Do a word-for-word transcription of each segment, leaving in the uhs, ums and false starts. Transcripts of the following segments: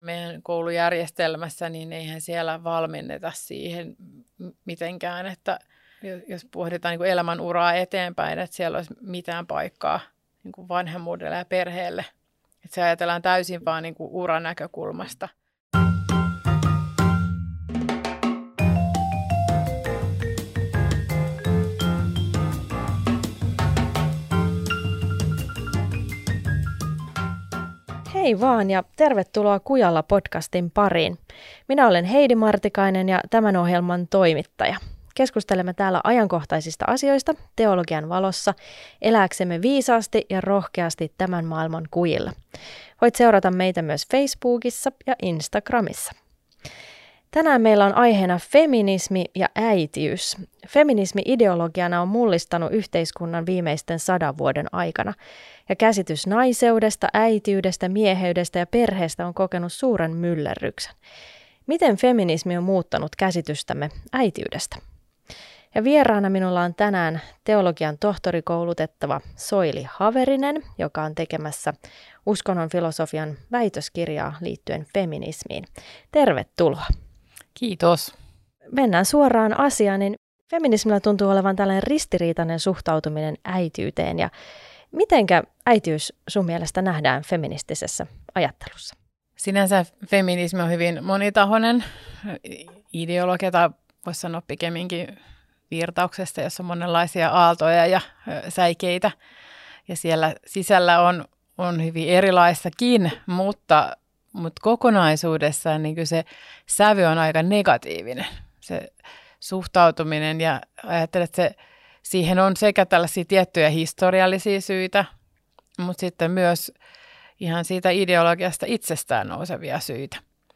meidän koulujärjestelmässä, niin eihän siellä valmenneta siihen mitenkään, että jos pohditaan niin kuin elämän uraa eteenpäin, että siellä olisi mitään paikkaa niin kuin vanhemmuudelle ja perheelle. Että se ajatellaan täysin vaan niin kuin uran näkökulmasta. Hei vaan ja tervetuloa Kujalla podcastin pariin. Minä olen Heidi Martikainen ja tämän ohjelman toimittaja. Keskustelemme täällä ajankohtaisista asioista teologian valossa, elääksemme viisaasti ja rohkeasti tämän maailman kujilla. Voit seurata meitä myös Facebookissa ja Instagramissa. Tänään meillä on aiheena feminismi ja äitiys. Feminismi ideologiana on mullistanut yhteiskunnan viimeisten sadan vuoden aikana. Ja käsitys naiseudesta, äitiydestä, mieheydestä ja perheestä on kokenut suuren myllerryksen. Miten feminismi on muuttanut käsitystämme äitiydestä? Ja vieraana minulla on tänään teologian tohtorikoulutettava Soili Haverinen, joka on tekemässä uskonnon filosofian väitöskirjaa liittyen feminismiin. Tervetuloa. Kiitos. Mennään suoraan asiaan, niin feminismillä tuntuu olevan tällainen ristiriitainen suhtautuminen äitiyteen. Ja mitenkä äitiys sun mielestä nähdään feministisessä ajattelussa? Sinänsä feminismi on hyvin monitahoinen ideologia, tai voisi sanoa pikemminkin virtauksesta, jossa on monenlaisia aaltoja ja säikeitä. Ja siellä sisällä on, on hyvin erilaistakin, mutta, mutta kokonaisuudessaan niin se sävy on aika negatiivinen. Se suhtautuminen, ja ajattelen, että se, siihen on sekä tällaisia tiettyjä historiallisia syitä, mutta sitten myös ihan siitä ideologiasta itsestään nousevia syitä.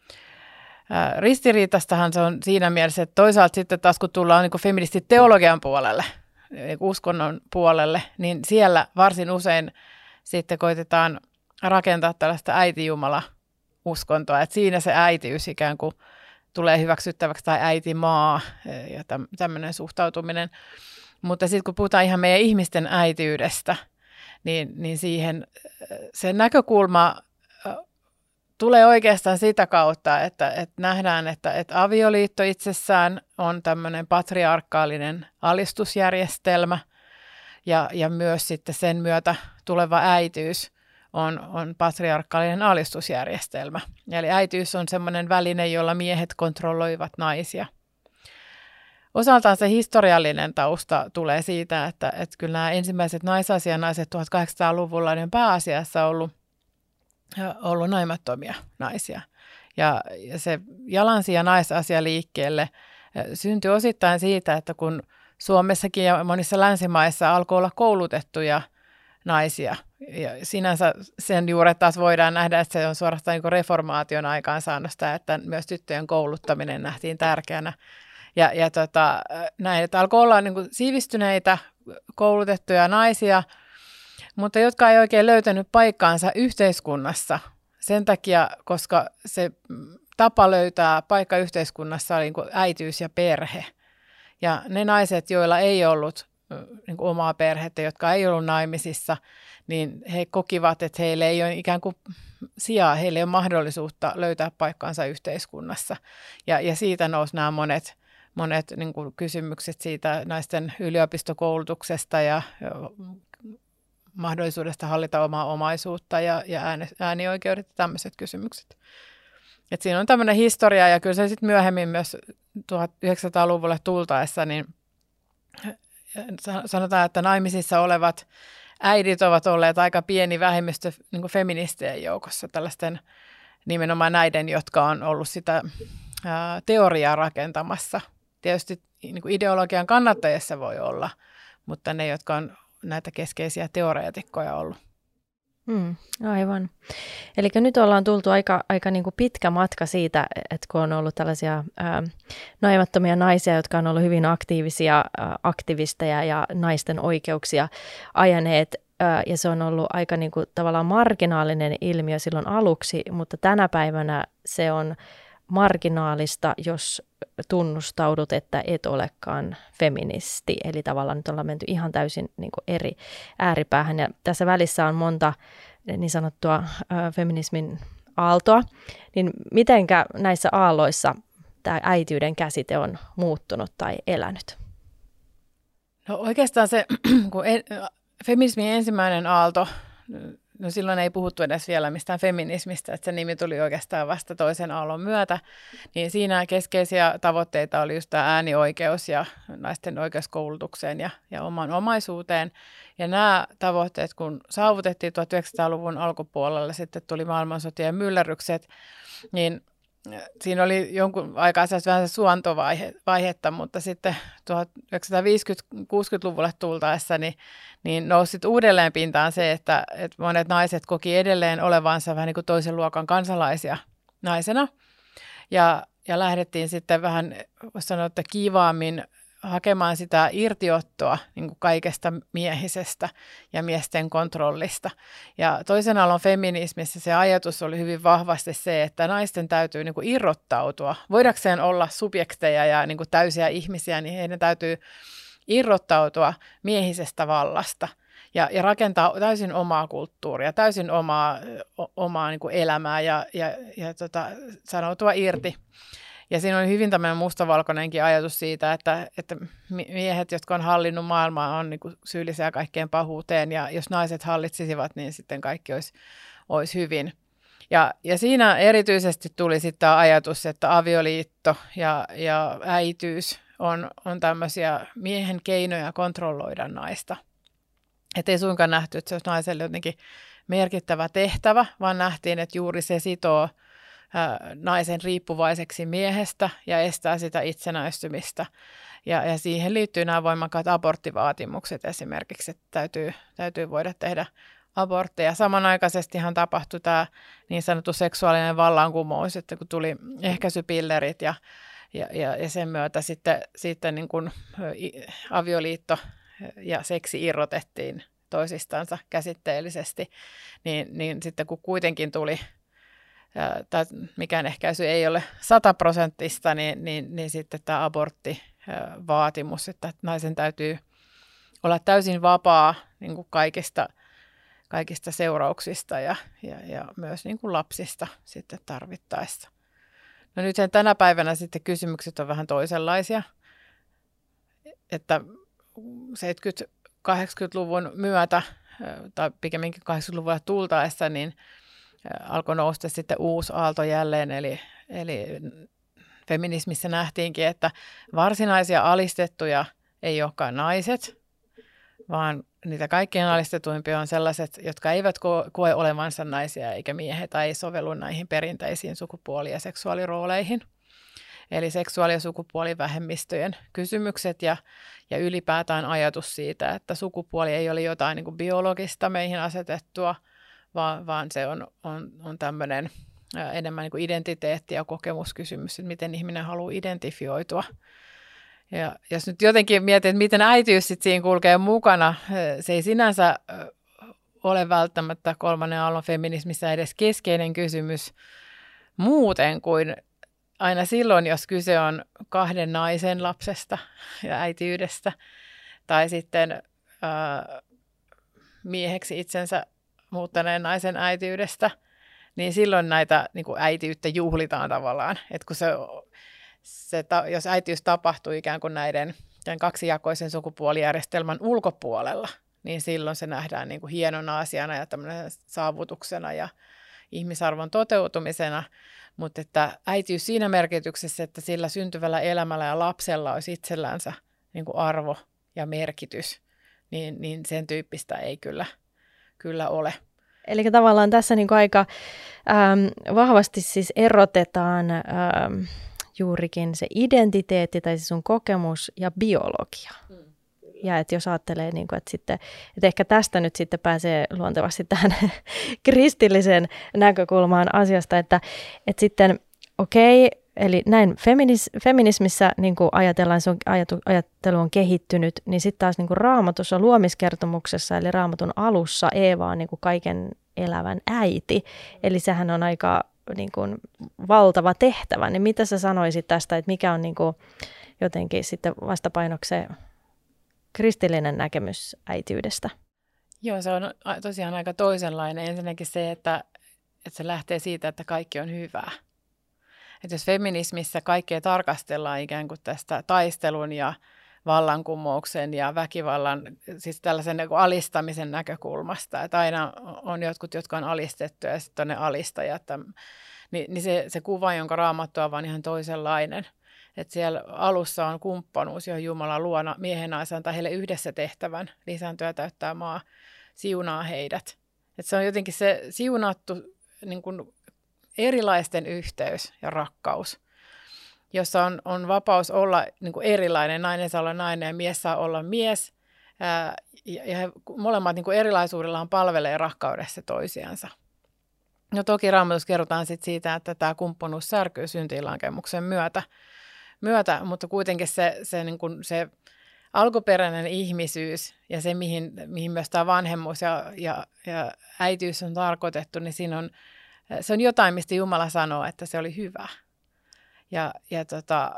Ristiriitastahan se on siinä mielessä, että toisaalta sitten taas kun tullaan niin feministiteologian puolelle, niin uskonnon puolelle, niin siellä varsin usein sitten koitetaan rakentaa tällaista äitijumala-uskontoa, että siinä se äitiys ikään kuin tulee hyväksyttäväksi tai äitimaa ja tämmöinen suhtautuminen. Mutta sitten kun puhutaan ihan meidän ihmisten äitiydestä, niin, niin siihen se näkökulma tulee oikeastaan sitä kautta, että, että nähdään, että, että avioliitto itsessään on tämmöinen patriarkaalinen alistusjärjestelmä ja, ja myös sitten sen myötä tuleva äitiys on, on patriarkaalinen alistusjärjestelmä. Eli äitiys on semmoinen väline, jolla miehet kontrolloivat naisia. Osaltaan se historiallinen tausta tulee siitä, että, että kyllä nämä ensimmäiset naisasianaiset tuhatkahdeksansataaluvulla niin pääasiassa ollut ollut naimattomia naisia. Ja, ja se jalansija naisasia liikkeelle syntyi osittain siitä, että kun Suomessakin ja monissa länsimaissa alkoi olla koulutettuja naisia. Ja sinänsä sen juuret taas voidaan nähdä, että se on suorastaan niin reformaation aikaansaannosta, että myös tyttöjen kouluttaminen nähtiin tärkeänä. Ja, ja tota, näin, että alkoi olla niin kuin sivistyneitä, koulutettuja naisia, mutta jotka ei oikein löytänyt paikkaansa yhteiskunnassa sen takia, koska se tapa löytää paikka yhteiskunnassa oli niin kuin äitiys ja perhe. Ja ne naiset, joilla ei ollut niin kuin omaa perhettä, jotka ei ollut naimisissa, niin he kokivat, että heille ei ole ikään kuin sijaa, heille ei ole mahdollisuutta löytää paikkaansa yhteiskunnassa. Ja, ja siitä nousi nämä monet, monet niin kuin kysymykset siitä naisten yliopistokoulutuksesta ja mahdollisuudesta hallita omaa omaisuutta ja, ja ääni, äänioikeudet ja tämmöiset kysymykset. Et siinä on tämmöinen historia, ja kyllä se sitten myöhemmin myös tuhatyhdeksänsataaluvulle tultaessa, niin sanotaan, että naimisissa olevat äidit ovat olleet aika pieni vähemmistö niin kuin feministien joukossa, tällaisten nimenomaan näiden, jotka on ollut sitä ää, teoriaa rakentamassa. Tietysti niin kuin ideologian kannattajissa voi olla, mutta ne, jotka on näitä keskeisiä teoreetikkoja ollut. Hmm, aivan. Eli nyt ollaan tultu aika, aika niin kuin pitkä matka siitä, että kun on ollut tällaisia ää, naimattomia naisia, jotka on ollut hyvin aktiivisia ää, aktivisteja ja naisten oikeuksia ajaneet, ää, ja se on ollut aika niin kuin tavallaan marginaalinen ilmiö silloin aluksi, mutta tänä päivänä se on marginaalista, jos tunnustaudut, että et olekaan feministi. Eli tavallaan nyt ollaan menty ihan täysin niin kuin eri ääripäähän. Ja tässä välissä on monta niin sanottua äh, feminismin aaltoa, niin mitenkä näissä aalloissa tämä äitiyden käsite on muuttunut tai elänyt? No oikeastaan se, kun en, feminismin ensimmäinen aalto, no silloin ei puhuttu edes vielä mistään feminismistä, että se nimi tuli oikeastaan vasta toisen aallon myötä, niin siinä keskeisiä tavoitteita oli just tämä äänioikeus ja naisten oikeus koulutukseen ja, ja oman omaisuuteen. Ja nämä tavoitteet, kun saavutettiin tuhatyhdeksänsataaluvun alkupuolella, sitten tuli maailmansotien myllerrykset, niin siinä oli jonkun aikaa vähän suontovaihetta, mutta sitten tuhatyhdeksänsataaviisikymmentä-kuusikymmentäluvulle tultaessa niin, niin nousi uudelleen pintaan se, että, että monet naiset koki edelleen olevansa vähän niin kuin toisen luokan kansalaisia naisena. Ja, ja lähdettiin sitten vähän, voisi sanoa, että kiivaammin hakemaan sitä irtiottoa niin kuin kaikesta miehisestä ja miesten kontrollista. Ja toisen aallon feminismissä se ajatus oli hyvin vahvasti se, että naisten täytyy niin kuin irrottautua. Voidakseen olla subjekteja ja niin kuin täysiä ihmisiä, niin heidän täytyy irrottautua miehisestä vallasta ja, ja rakentaa täysin omaa kulttuuria, täysin omaa, o, omaa niin kuin elämää ja, ja, ja tota, sanoutua irti. Ja siinä oli hyvin tämmöinen mustavalkoinenkin ajatus siitä, että, että miehet, jotka on hallinnut maailmaa, on niin kuin syyllisiä kaikkeen pahuuteen. Ja jos naiset hallitsisivat, niin sitten kaikki olisi, olisi hyvin. Ja, ja siinä erityisesti tuli sitten tämä ajatus, että avioliitto ja, ja äitiys on, on tämmöisiä miehen keinoja kontrolloida naista. Että ei suinkaan nähty, että se olisi naiselle jotenkin merkittävä tehtävä, vaan nähtiin, että juuri se sitoo naisen riippuvaiseksi miehestä ja estää sitä itsenäistymistä. Ja, ja siihen liittyy nämä voimakkaat aborttivaatimukset esimerkiksi, että täytyy, täytyy voida tehdä abortteja. Samanaikaisestihan tapahtui tämä niin sanottu seksuaalinen vallankumous, että kun tuli ehkäisypillerit ja, ja, ja, ja sen myötä sitten, sitten niin kuin avioliitto ja seksi irrotettiin toisistansa käsitteellisesti, niin, niin sitten kun kuitenkin tuli tai mikään ehkäisy ei ole sataprosenttista, niin, niin, niin sitten tämä aborttivaatimus, että naisen täytyy olla täysin vapaa niin kuin kaikista, kaikista seurauksista ja, ja, ja myös niin kuin lapsista sitten tarvittaessa. No nyt sen tänä päivänä sitten kysymykset on vähän toisenlaisia, että seitsemänkymmentä-kahdeksankymmentäluvun myötä tai pikemminkin kahdeksankymmentäluvulla tultaessa, niin alkoi nousta sitten uusi aalto jälleen, eli, eli feminismissä nähtiinkin, että varsinaisia alistettuja ei olekaan naiset, vaan niitä kaikkein alistetuimpia on sellaiset, jotka eivät koe olevansa naisia eikä miehet tai ei sovellu näihin perinteisiin sukupuoli- ja seksuaalirooleihin. Eli seksuaali- ja sukupuolivähemmistöjen kysymykset ja, ja ylipäätään ajatus siitä, että sukupuoli ei ole jotain niin kuin biologista meihin asetettua, vaan, vaan se on, on, on tämmöinen enemmän niin kuin identiteetti- ja kokemuskysymys, että miten ihminen haluaa identifioitua. Ja jos nyt jotenkin mietin, että miten äitiys sitten siinä kulkee mukana, se ei sinänsä ole välttämättä kolmannen aallon feminismissä edes keskeinen kysymys muuten kuin aina silloin, jos kyse on kahden naisen lapsesta ja äitiydestä tai sitten ää, mieheksi itsensä muuttaneen naisen äitiydestä, niin silloin näitä niin kuin äitiyttä juhlitaan tavallaan. Et kun se, se, jos äitiys tapahtuu ikään kuin näiden kaksijakoisen sukupuolijärjestelmän ulkopuolella, niin silloin se nähdään niin kuin hienona asiana ja tämmöisenä saavutuksena ja ihmisarvon toteutumisena. Mutta että äitiys siinä merkityksessä, että sillä syntyvällä elämällä ja lapsella olisi itsellänsä niin kuin arvo ja merkitys, niin, niin sen tyyppistä ei kyllä, kyllä ole. Eli tavallaan tässä niin kuin aika ähm, vahvasti siis erotetaan ähm, juurikin se identiteetti tai se sun kokemus ja biologia. Mm. Ja että jos ajattelee, niin kuin, että, sitten, että ehkä tästä nyt sitten pääsee luontevasti tähän kristilliseen näkökulmaan asiasta, että, että sitten okei, okay, eli näin feminis, feminismissä niin kuin ajatellaan, se on, ajatu, ajattelu on kehittynyt, niin sitten taas niin kuin Raamatussa luomiskertomuksessa, eli Raamatun alussa Eeva on niin kuin kaiken elävän äiti, eli sehän on aika niin kuin valtava tehtävä. Niin mitä sä sanoisit tästä, että mikä on niin kuin jotenkin sitten vastapainokseen kristillinen näkemys äitiydestä? Joo, se on tosiaan aika toisenlainen. Ensinnäkin se, että, että se lähtee siitä, että kaikki on hyvää. Että jos feminismissä kaikkea tarkastellaan ikään kuin tästä taistelun ja vallankumouksen ja väkivallan, siis tällaisen niin kuin alistamisen näkökulmasta, että aina on jotkut, jotka on alistettu ja sitten on ne alistajat, niin, niin se, se kuva, jonka Raamattu on vaan ihan toisenlainen. Että siellä alussa on kumppanuus, johon Jumala luona miehen naisen antaa heille yhdessä tehtävän, lisääntyä täyttää maa, siunaa heidät. Että se on jotenkin se siunattu niin kuin erilaisten yhteys ja rakkaus, jossa on, on vapaus olla niin kuin erilainen. Nainen saa olla nainen ja mies saa olla mies. Ää, ja, ja he molemmat niin kuin erilaisuudellaan palvelee rakkaudessa toisiansa. No toki Raamatussa kerrotaan sit siitä, että tämä kumppanuus särkyy syntiinlankemuksen myötä, myötä, mutta kuitenkin se, se, niin kuin se alkuperäinen ihmisyys ja se, mihin, mihin myös tämä vanhemmuus ja, ja, ja äitiys on tarkoitettu, niin siinä on, se on jotain, mistä Jumala sanoo, että se oli hyvä. Ja, ja, tota,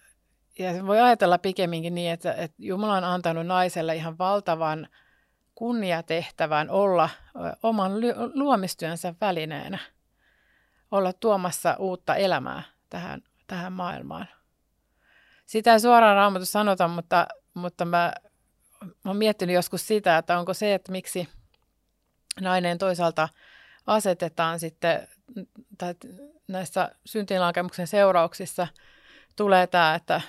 ja voi ajatella pikemminkin niin, että, että Jumala on antanut naiselle ihan valtavan kunniatehtävän olla oman luomistyönsä välineenä, olla tuomassa uutta elämää tähän, tähän maailmaan. Sitä ei suoraan Raamatussa sanota, mutta, mutta mä, mä oon miettinyt joskus sitä, että onko se, että miksi nainen toisaalta asetetaan sitten, tai näissä syntiinlankemuksen seurauksissa tulee tämä, että,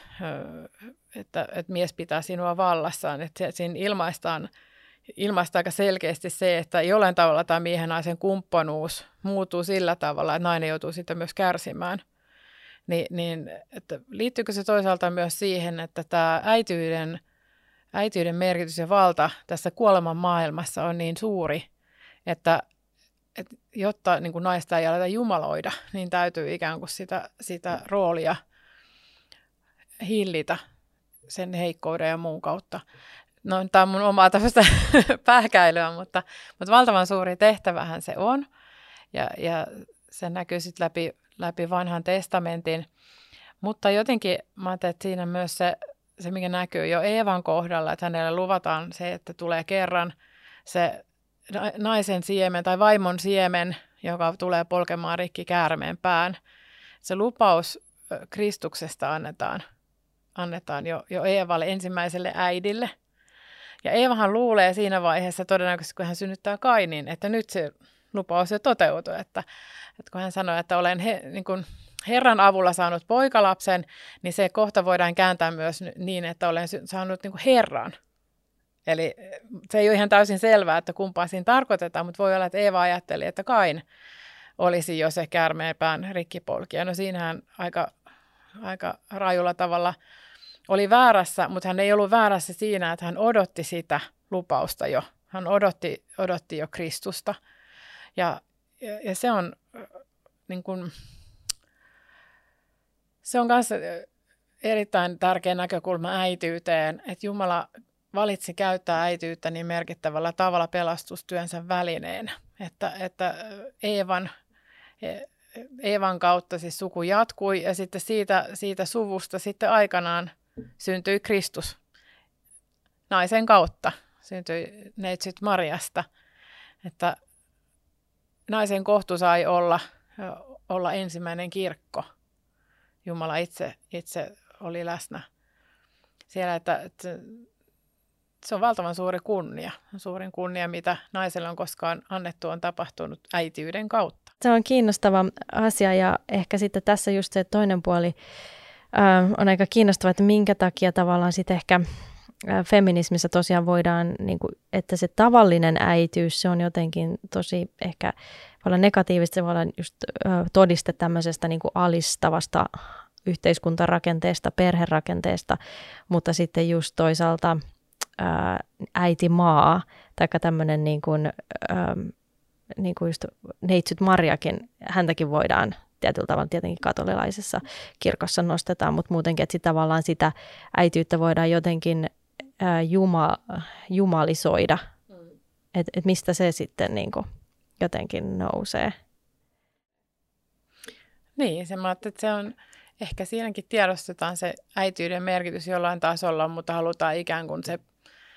että, että mies pitää sinua vallassaan, että siinä ilmaistaan, ilmaistaan aika selkeästi se, että jollain tavalla tämä miehen naisen kumppanuus muuttuu sillä tavalla, että nainen joutuu sitten myös kärsimään. Ni, niin, että liittyykö se toisaalta myös siihen, että tämä äityyden, äityyden merkitys ja valta tässä kuoleman maailmassa on niin suuri, että, että jotta niin kuin naista ei aleta jumaloida, niin täytyy ikään kuin sitä, sitä roolia hillitä sen heikkouden ja muun kautta. No, tämä on mun omaa tämmöistä pähkäilyä, mutta, mutta valtavan suuri tehtävähän se on. Ja, ja se näkyy sitten läpi, läpi vanhan testamentin. Mutta jotenkin mä ajattelin, että siinä myös se, se, mikä näkyy jo Eevan kohdalla, että hänelle luvataan se, että tulee kerran se naisen siemen tai vaimon siemen, joka tulee polkemaan rikki käärmeen pään. Se lupaus Kristuksesta annetaan, annetaan jo, jo Eevalle, ensimmäiselle äidille. Ja Eevahan luulee siinä vaiheessa todennäköisesti, kun hän synnyttää Kainin, että nyt se lupaus jo toteutuu. Että, että kun hän sanoi, että olen he, niin kuin Herran avulla saanut poikalapsen, niin se kohta voidaan kääntää myös niin, että olen saanut niin kuin Herran. Eli se ei ole ihan täysin selvää, että kumpaa siinä tarkoitetaan, mutta voi olla, että Eeva ajatteli, että Kain olisi jo se käärmeenpään rikkipolkija. No siinähän aika, aika rajulla tavalla oli väärässä, mutta hän ei ollut väärässä siinä, että hän odotti sitä lupausta jo. Hän odotti, odotti jo Kristusta. Ja, ja, ja se on niin kuin, se on myös erittäin tärkeä näkökulma äityyteen, että Jumala valitsi käyttää äityyttä niin merkittävällä tavalla pelastustyönsä välineenä, että, että Eevan, Eevan kautta siis suku jatkui ja sitten siitä, siitä suvusta sitten aikanaan syntyi Kristus. Naisen kautta syntyi neitsyt Mariasta, että naisen kohtu sai olla, olla ensimmäinen kirkko. Jumala itse, itse oli läsnä siellä, että, että se on valtavan suuri kunnia. Suurin kunnia, mitä naiselle on koskaan annettu, on tapahtunut äitiyden kautta. Se on kiinnostava asia ja ehkä sitten tässä just se toinen puoli äh, on aika kiinnostava, että minkä takia tavallaan sitten ehkä äh, feminismissä tosiaan voidaan, niin kuin, että se tavallinen äitiys, se on jotenkin tosi ehkä paljon negatiivista, se voi olla just äh, todiste tämmöisestä niin kuin alistavasta yhteiskuntarakenteesta, perherakenteesta, mutta sitten just toisaalta ää, äitimaa, tai tämmöinen niin kuin, ää, niin kuin just neitsyt Mariakin, häntäkin voidaan tietyllä tavalla tietenkin katolilaisessa kirkossa nostetaan, mutta muutenkin, että sit tavallaan sitä äityyttä voidaan jotenkin ää, juma, jumalisoida, mm. että et mistä se sitten niin kuin jotenkin nousee. Niin, se, että se on ehkä siinäkin tiedostetaan se äityyden merkitys jollain tasolla, mutta halutaan ikään kuin se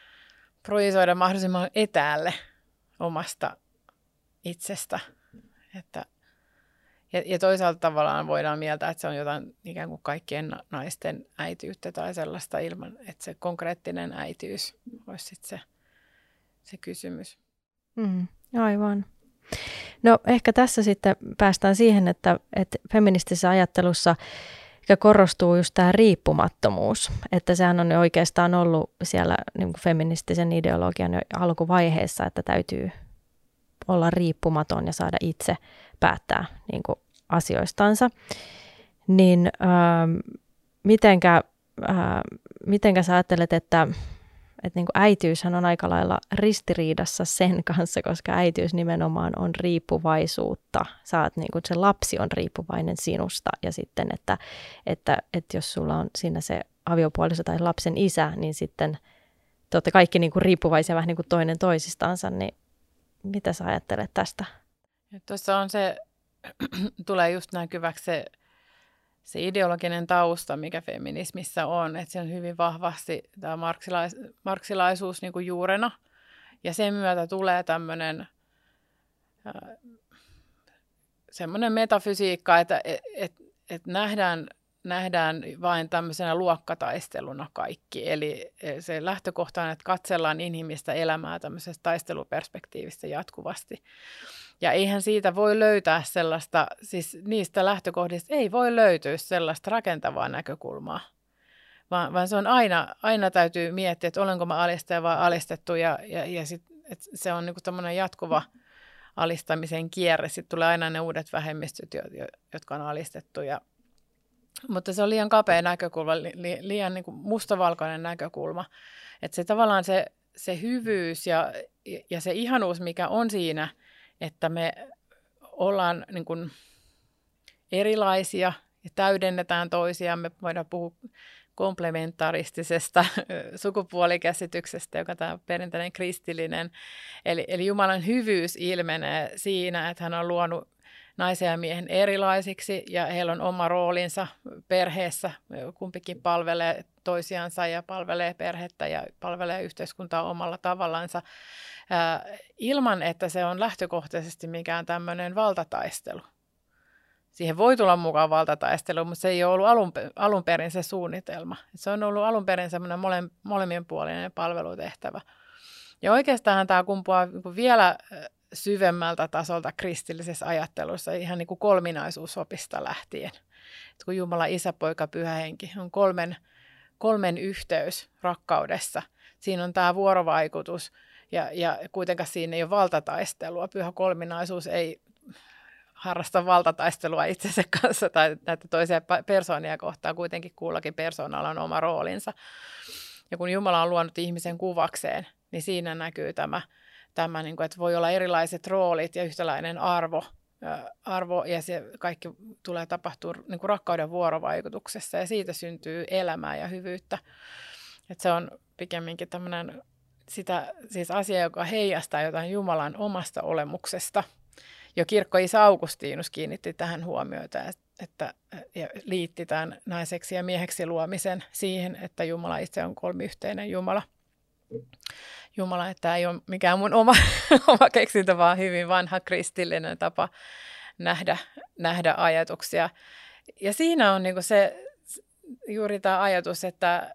projisoida mahdollisimman etäälle omasta itsestä. Että, ja, ja toisaalta tavallaan voidaan mieltää, että se on jotain ikään kuin kaikkien naisten äitiyttä tai sellaista ilman, että se konkreettinen äitiys olisi sitten se, se kysymys. Mm, aivan. No ehkä tässä sitten päästään siihen, että, että feministisessä ajattelussa korostuu just tämä riippumattomuus, että sehän on oikeastaan ollut siellä niin kuin feministisen ideologian alkuvaiheessa, että täytyy olla riippumaton ja saada itse päättää niin kuin asioistansa. Niin ähm, mitenkä, äh, mitenkä sä ajattelet, että Että niin kuin äitiyshän on aika lailla ristiriidassa sen kanssa, koska äitiys nimenomaan on riippuvaisuutta. Saat, niin kuin se lapsi on riippuvainen sinusta ja sitten, että, että, että jos sulla on siinä se aviopuoliso tai lapsen isä, niin sitten te olette kaikki niin kuin riippuvaisia vähän niin kuin toinen toisistansa. Niin mitä sä ajattelet tästä? Tuossa on se, tulee just näkyväksi se, se ideologinen tausta, mikä feminismissä on, että se on hyvin vahvasti tämä marksilais, marksilaisuus niin kuin juurena. Ja sen myötä tulee tämmöinen äh, semmoinen metafysiikka, että et, et, et nähdään, nähdään vain tämmöisenä luokkataisteluna kaikki. Eli se lähtökohta on, että katsellaan inhimillistä elämää tämmöisestä taisteluperspektiivistä jatkuvasti. Ja eihän siitä voi löytää sellaista, siis niistä lähtökohdista ei voi löytyä sellaista rakentavaa näkökulmaa, vaan, vaan se on aina, aina täytyy miettiä, että olenko mä alistaja vai alistettu, ja, ja, ja sit, että se on niinku tämmöinen jatkuva alistamisen kierre. Sitten tulee aina ne uudet vähemmistöt, jotka on alistettu. Ja, mutta se on liian kapea näkökulma, li, liian niinku mustavalkoinen näkökulma. Että se tavallaan se, se hyvyys ja, ja se ihanuus, mikä on siinä, että me ollaan niin kuin erilaisia ja täydennetään toisiaan. Me voidaan puhua komplementaristisesta sukupuolikäsityksestä, joka tämä perinteinen kristillinen. Eli, eli Jumalan hyvyys ilmenee siinä, että hän on luonut naisen ja miehen erilaisiksi ja heillä on oma roolinsa perheessä. Kumpikin palvelee toisiansa ja palvelee perhettä ja palvelee yhteiskuntaa omalla tavallansa. Ilman, että se on lähtökohtaisesti mikään tämmöinen valtataistelu. Siihen voi tulla mukaan valtataistelu, mutta se ei ole ollut alun, alun perin se suunnitelma. Se on ollut alun perin semmoinen mole, molemminpuolinen palvelutehtävä. Ja oikeastaan tämä kumpuaa vielä syvemmältä tasolta kristillisessä ajattelussa, ihan niin kuin kolminaisuusopista lähtien. Et kun Jumala, Isä, Poika, Pyhä Henki on kolmen, kolmen yhteys rakkaudessa. Siinä on tämä vuorovaikutus. Ja, ja kuitenkaan siinä ei ole valtataistelua. Pyhä kolminaisuus ei harrasta valtataistelua itsensä kanssa tai näitä toisia persoonia kohtaan. Kuitenkin kullakin persoonalla on oma roolinsa. Ja kun Jumala on luonut ihmisen kuvakseen, niin siinä näkyy tämä, tämä niin kuin, että voi olla erilaiset roolit ja yhtäläinen arvo. arvo ja se kaikki tulee tapahtua niin kuin rakkauden vuorovaikutuksessa ja siitä syntyy elämää ja hyvyyttä. Että se on pikemminkin tämmöinen sitä, siis asia, joka heijastaa jotain Jumalan omasta olemuksesta. Jo kirkkoisä Augustinus kiinnitti tähän huomiota, että, ja liitti tämän naiseksi ja mieheksi luomisen siihen, että Jumala itse on kolmiyhteinen Jumala. Jumala, että tämä ei ole mikään mun oma, oma keksintö, vaan hyvin vanha kristillinen tapa nähdä, nähdä ajatuksia. Ja siinä on niinku se, juuri tämä ajatus, että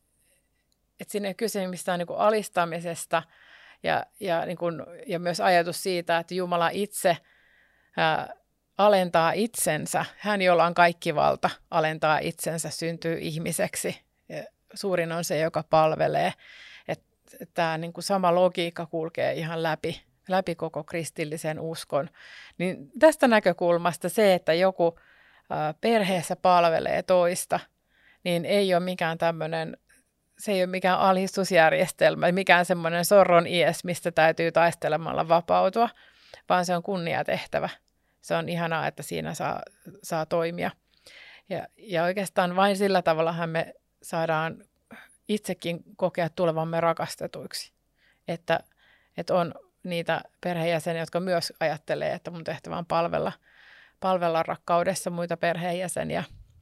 Että siinä ei kyse mistään niin kuin alistamisesta ja, ja, niin kuin, ja myös ajatus siitä, että Jumala itse ää, alentaa itsensä. Hän, jolla on kaikki valta, alentaa itsensä, syntyy ihmiseksi. Ja suurin on se, joka palvelee. Että et tämä niin kuin sama logiikka kulkee ihan läpi, läpi koko kristillisen uskon. Niin tästä näkökulmasta se, että joku ää, perheessä palvelee toista, niin ei ole mikään tämmöinen, se ei ole mikään alistusjärjestelmä, mikään semmoinen sorron ies, mistä täytyy taistelemalla vapautua, vaan se on kunniatehtävä. Se on ihanaa, että siinä saa, saa toimia. Ja, ja oikeastaan vain sillä tavallahan me saadaan itsekin kokea tulevamme rakastetuiksi. Että, että on niitä perheenjäseniä, jotka myös ajattelee, että mun tehtävä on palvella, palvella rakkaudessa muita perheenjäseniä.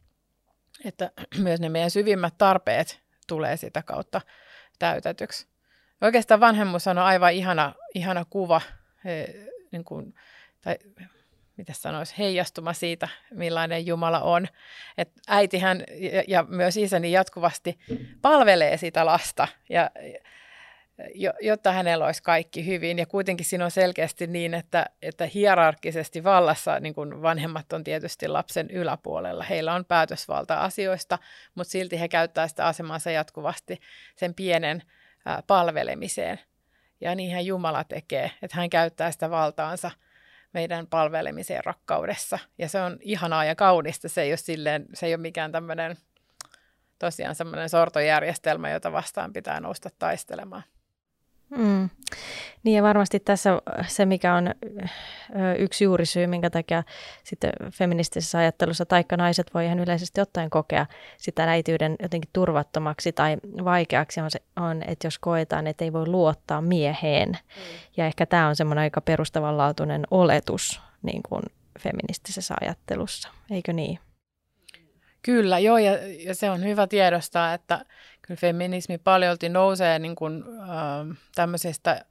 Että myös ne meidän syvimmät tarpeet tulee sitä kautta täytetyksi. Oikeastaan vanhemmuus on aivan ihana, ihana kuva, niin kuin, tai miten sanoisi, heijastuma siitä, millainen Jumala on. Et äitihän ja, ja myös isäni jatkuvasti palvelee sitä lasta, ja, jotta hänellä olisi kaikki hyvin. Ja kuitenkin siinä on selkeästi niin, että, että hierarkkisesti vallassa niin kun vanhemmat on tietysti lapsen yläpuolella. Heillä on päätösvalta asioista, mutta silti he käyttää sitä asemansa jatkuvasti sen pienen ää, palvelemiseen. Ja niinhän Jumala tekee, että hän käyttää sitä valtaansa meidän palvelemiseen rakkaudessa. Ja se on ihanaa ja kaunista. Se ei ole, silleen, se ei ole mikään tämmöinen tosiaan semmoinen sortojärjestelmä, jota vastaan pitää nousta taistelemaan. Mm. Niin ja varmasti tässä se, mikä on yksi juurisyy, minkä takia sitten feministisessä ajattelussa taikka naiset voi ihan yleisesti ottaen kokea sitä äitiyden jotenkin turvattomaksi tai vaikeaksi, on, se, on että jos koetaan, että ei voi luottaa mieheen. Mm. Ja ehkä tämä on semmoinen aika perustavanlaatuinen oletus niin kuin feministisessä ajattelussa, eikö niin? Kyllä, joo, ja, ja se on hyvä tiedostaa, että kyllä feminismi paljolti nousee niin kuin, äh, tämmöisistä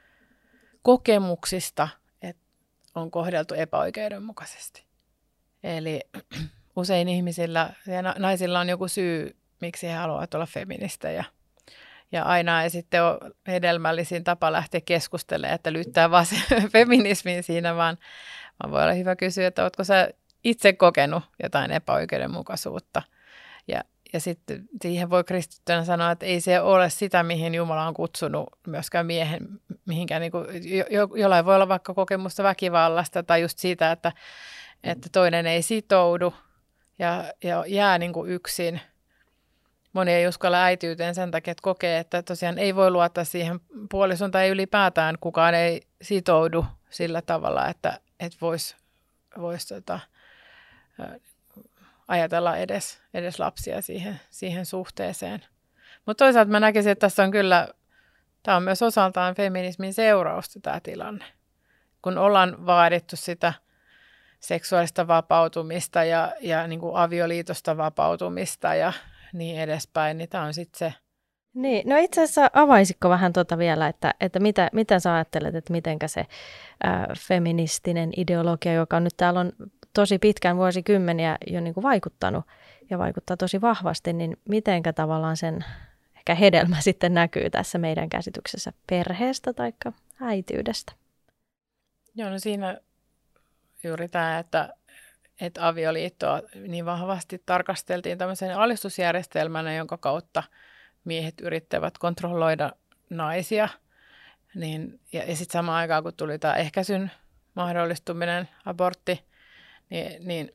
kokemuksista, että on kohdeltu epäoikeudenmukaisesti. Eli usein ihmisillä ja naisilla on joku syy, miksi he haluavat olla feministejä. Ja aina ei sitten ole hedelmällisin tapa lähteä keskustelemaan, että lyttää vaan se feminismiin siinä, vaan, vaan voi olla hyvä kysyä, että oletko sä itse kokenut jotain epäoikeudenmukaisuutta. Ja, ja sitten siihen voi kristittynä sanoa, että ei se ole sitä, mihin Jumala on kutsunut myöskään miehen, mihinkään niin kuin, jo, jollain voi olla vaikka kokemusta väkivallasta tai just siitä, että, että toinen ei sitoudu ja, ja jää niin kuin yksin. Moni ei uskalla äityyteen sen takia, että kokee, että tosiaan ei voi luottaa siihen puolison tai ylipäätään kukaan ei sitoudu sillä tavalla, että, että voisi vois, tota, ajatella edes, edes lapsia siihen, siihen suhteeseen. Mutta toisaalta mä näkisin, että tässä on kyllä, tämä on myös osaltaan feminismin seurausta tämä tilanne. Kun ollaan vaadittu sitä seksuaalista vapautumista ja, ja niin kuin avioliitosta vapautumista ja niin edespäin, niin tämä on sitten se. Niin, no itse asiassa avaisitko vähän tuota vielä, että, että mitä, mitä sä ajattelet, että mitenkä se ää, feministinen ideologia, joka nyt täällä on tosi pitkän vuosikymmeniä jo niin kuin vaikuttanut ja vaikuttaa tosi vahvasti, niin mitenkä tavallaan sen ehkä hedelmä sitten näkyy tässä meidän käsityksessä perheestä tai äitiydestä? Joo, no siinä juuri tämä, että, että avioliittoa niin vahvasti tarkasteltiin tämmöisen alistusjärjestelmänä, jonka kautta miehet yrittävät kontrolloida naisia. Niin, ja ja sitten samaan aikaan, kun tuli tämä ehkäisyn mahdollistuminen, abortti, niin, niin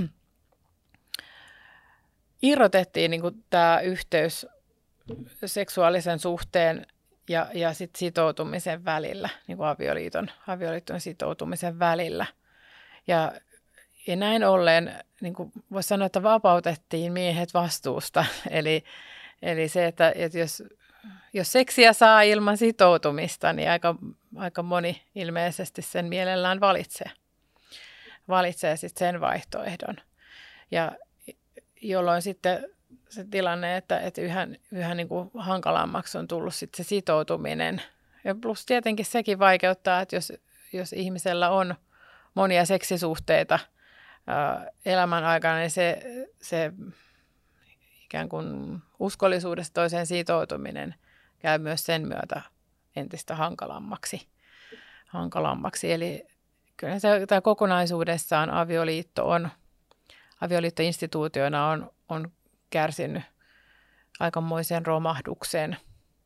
irrotettiin niin kuin tämä yhteys seksuaalisen suhteen ja, ja sit sitoutumisen välillä, niin kuin avioliiton, avioliiton sitoutumisen välillä. Ja, ja näin ollen, niin kuin voisi sanoa, että vapautettiin miehet vastuusta. Eli, eli se, että, että jos, jos seksiä saa ilman sitoutumista, niin aika, aika moni ilmeisesti sen mielellään valitsee. Valitsee sitten sen vaihtoehdon. Ja jolloin sitten se tilanne, että, että yhä, yhä niin kuin hankalammaksi on tullut sitten se sitoutuminen. Ja plus tietenkin sekin vaikeuttaa, että jos, jos ihmisellä on monia seksisuhteita ää, elämän aikana, niin se, se ikään kuin uskollisuudesta toiseen sitoutuminen käy myös sen myötä entistä hankalammaksi. hankalammaksi. Eli kyllä se, tämä kokonaisuudessaan avioliitto on, avioliittoinstituutiona on, on kärsinyt aikamoisen romahduksen.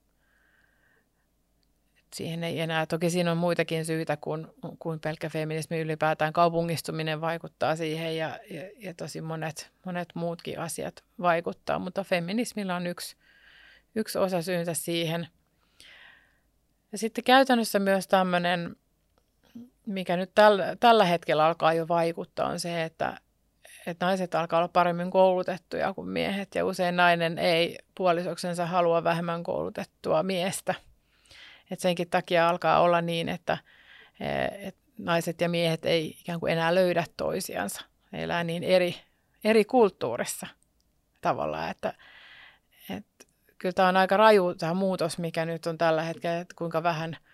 Siihen ei enää, toki siinä on muitakin syitä kuin, kuin pelkkä feminismi ylipäätään. Kaupungistuminen vaikuttaa siihen ja, ja, ja tosi monet, monet muutkin asiat vaikuttaa, mutta feminismillä on yksi, yksi osa syynsä siihen. Ja sitten käytännössä myös tämmöinen, mikä nyt tällä, tällä hetkellä alkaa jo vaikuttaa, on se, että, että naiset alkaa olla paremmin koulutettuja kuin miehet ja usein nainen ei puolisoksensa halua vähemmän koulutettua miestä. Et senkin takia alkaa olla niin, että et naiset ja miehet ei ikään kuin enää löydä toisiansa. Ne elää niin eri, eri kulttuurissa tavallaan, että, että kyllä tämä on aika raju tämä muutos, mikä nyt on tällä hetkellä, että kuinka vähän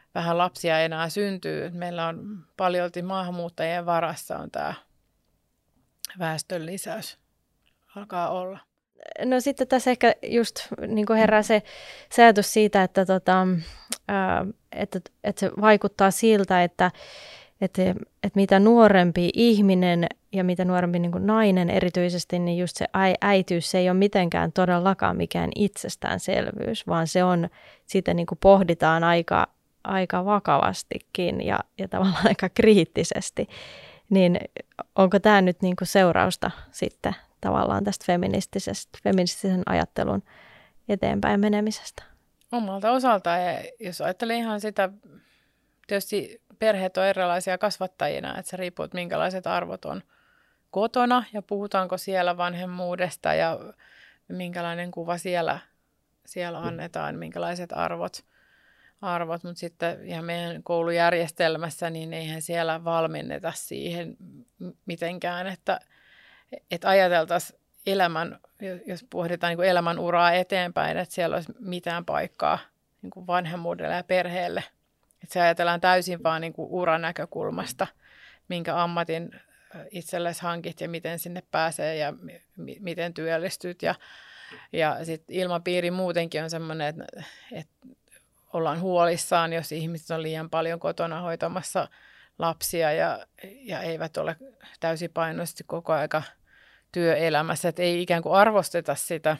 vähän lapsia enää syntyy. Meillä on paljolti maahanmuuttajien varassa on tämä väestön lisäys alkaa olla. No sitten tässä ehkä just niin kuin herää se, se ajatus siitä, että, tota, ää, että, että se vaikuttaa siltä, että, että, että mitä nuorempi ihminen ja mitä nuorempi niin kuin nainen erityisesti, niin just se äitiys se ei ole mitenkään todellakaan mikään itsestäänselvyys, vaan se on, sitä niin kuin pohditaan aika, aika vakavastikin ja, ja tavallaan aika kriittisesti. Niin onko tämä nyt niin kuin seurausta sitten tavallaan tästä feministisestä, feministisen ajattelun eteenpäin menemisestä? Omalta osaltaan, ja jos ajattelee ihan sitä, tietysti perheet on erilaisia kasvattajina, että se riippuu, että minkälaiset arvot on kotona ja puhutaanko siellä vanhemmuudesta ja minkälainen kuva siellä, siellä annetaan, minkälaiset arvot. arvot, mutta sitten ihan meidän koulujärjestelmässä, niin eihän siellä valmenneta siihen mitenkään, että, että ajateltaisiin elämän, jos pohditaan niin kuin elämän uraa eteenpäin, että siellä olisi mitään paikkaa niin kuin vanhemmuudelle ja perheelle. Että se ajatellaan täysin vaan niin kuin uran näkökulmasta, minkä ammatin itsellesi hankit ja miten sinne pääsee ja m- miten työllistyt. Ja, ja sitten ilmapiiri muutenkin on semmoinen, että, että ollaan huolissaan, jos ihmiset on liian paljon kotona hoitamassa lapsia ja, ja eivät ole täysipainoisesti koko aika työelämässä. Että ei ikään kuin arvosteta sitä,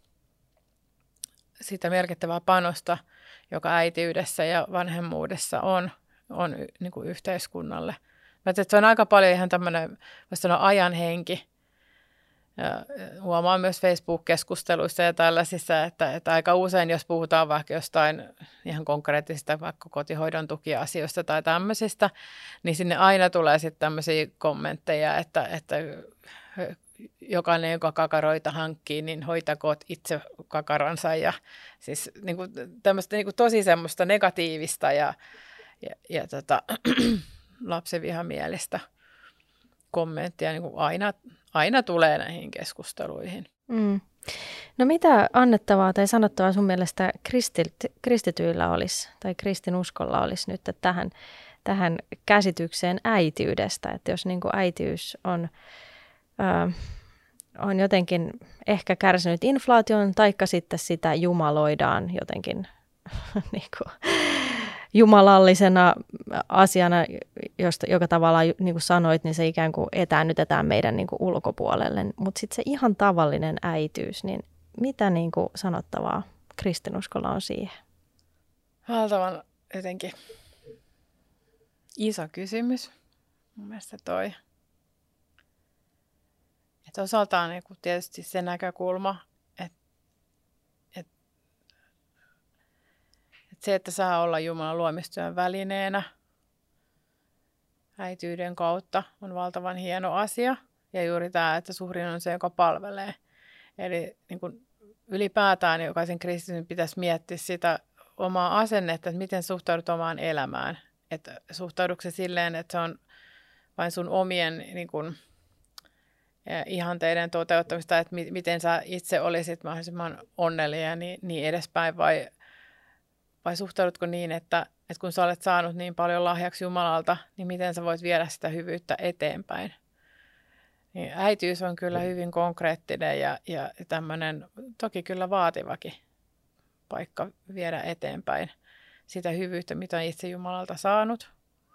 sitä merkittävää panosta, joka äitiydessä ja vanhemmuudessa on, on niin kuin yhteiskunnalle. Mä että se on aika paljon ihan tämmöinen, voisi sanoa, ajan henki. Ja huomaan myös Facebook-keskusteluissa ja tällaisissa, että, että aika usein, jos puhutaan vaikka jostain ihan konkreettisista vaikka kotihoidon tukiasioista tai tämmöisistä, niin sinne aina tulee sitten tämmöisiä kommentteja, että, että jokainen, joka kakaroita hankkii, niin hoitakoot itse kakaransa. Ja siis niin kuin, tämmöistä niin kuin tosi semmoista negatiivista ja, ja, ja tota, lapsenvihamielistä kommenttia niin kuin aina, aina tulee näihin keskusteluihin. Mm. No mitä annettavaa tai sanottavaa sun mielestä kristit, kristityillä olisi tai kristinuskolla olisi nyt tähän, tähän käsitykseen äitiydestä, että jos niin kuin äitiys on, ö, on jotenkin ehkä kärsinyt inflaation, taikka sitten sitä jumaloidaan jotenkin niin kuin jumalallisena asiana, josta, joka tavallaan, niin kuin sanoit, niin se ikään kuin etäännytetään meidän niin kuin ulkopuolelle. Mutta sitten se ihan tavallinen äitiys, niin mitä niin kuin sanottavaa kristinuskolla on siihen? Valtavan jotenkin iso kysymys mun mielestä toi. Että osaltaan niin kuin tietysti se näkökulma, että, että, että se, että saa olla Jumalan luomistyön välineenä äityyden kautta, on valtavan hieno asia. Ja juuri tämä, että suhrin on se, joka palvelee. Eli niin kuin ylipäätään jokaisen kristityn pitäisi miettiä sitä omaa asennetta, että miten suhtaudut omaan elämään. Että suhtaudutko se silleen, että se on vain sun omien niin kuin, ihanteiden toteuttamista, että mi- miten sä itse olisit mahdollisimman onnellinen ja niin, niin edespäin, vai, vai suhtaudutko niin, että, että kun sä olet saanut niin paljon lahjaksi Jumalalta, niin miten sä voit viedä sitä hyvyyttä eteenpäin. Niin äitiys on kyllä hyvin konkreettinen ja, ja tämmöinen toki kyllä vaativakin paikka viedä eteenpäin sitä hyvyyttä, mitä on itse Jumalalta saanut.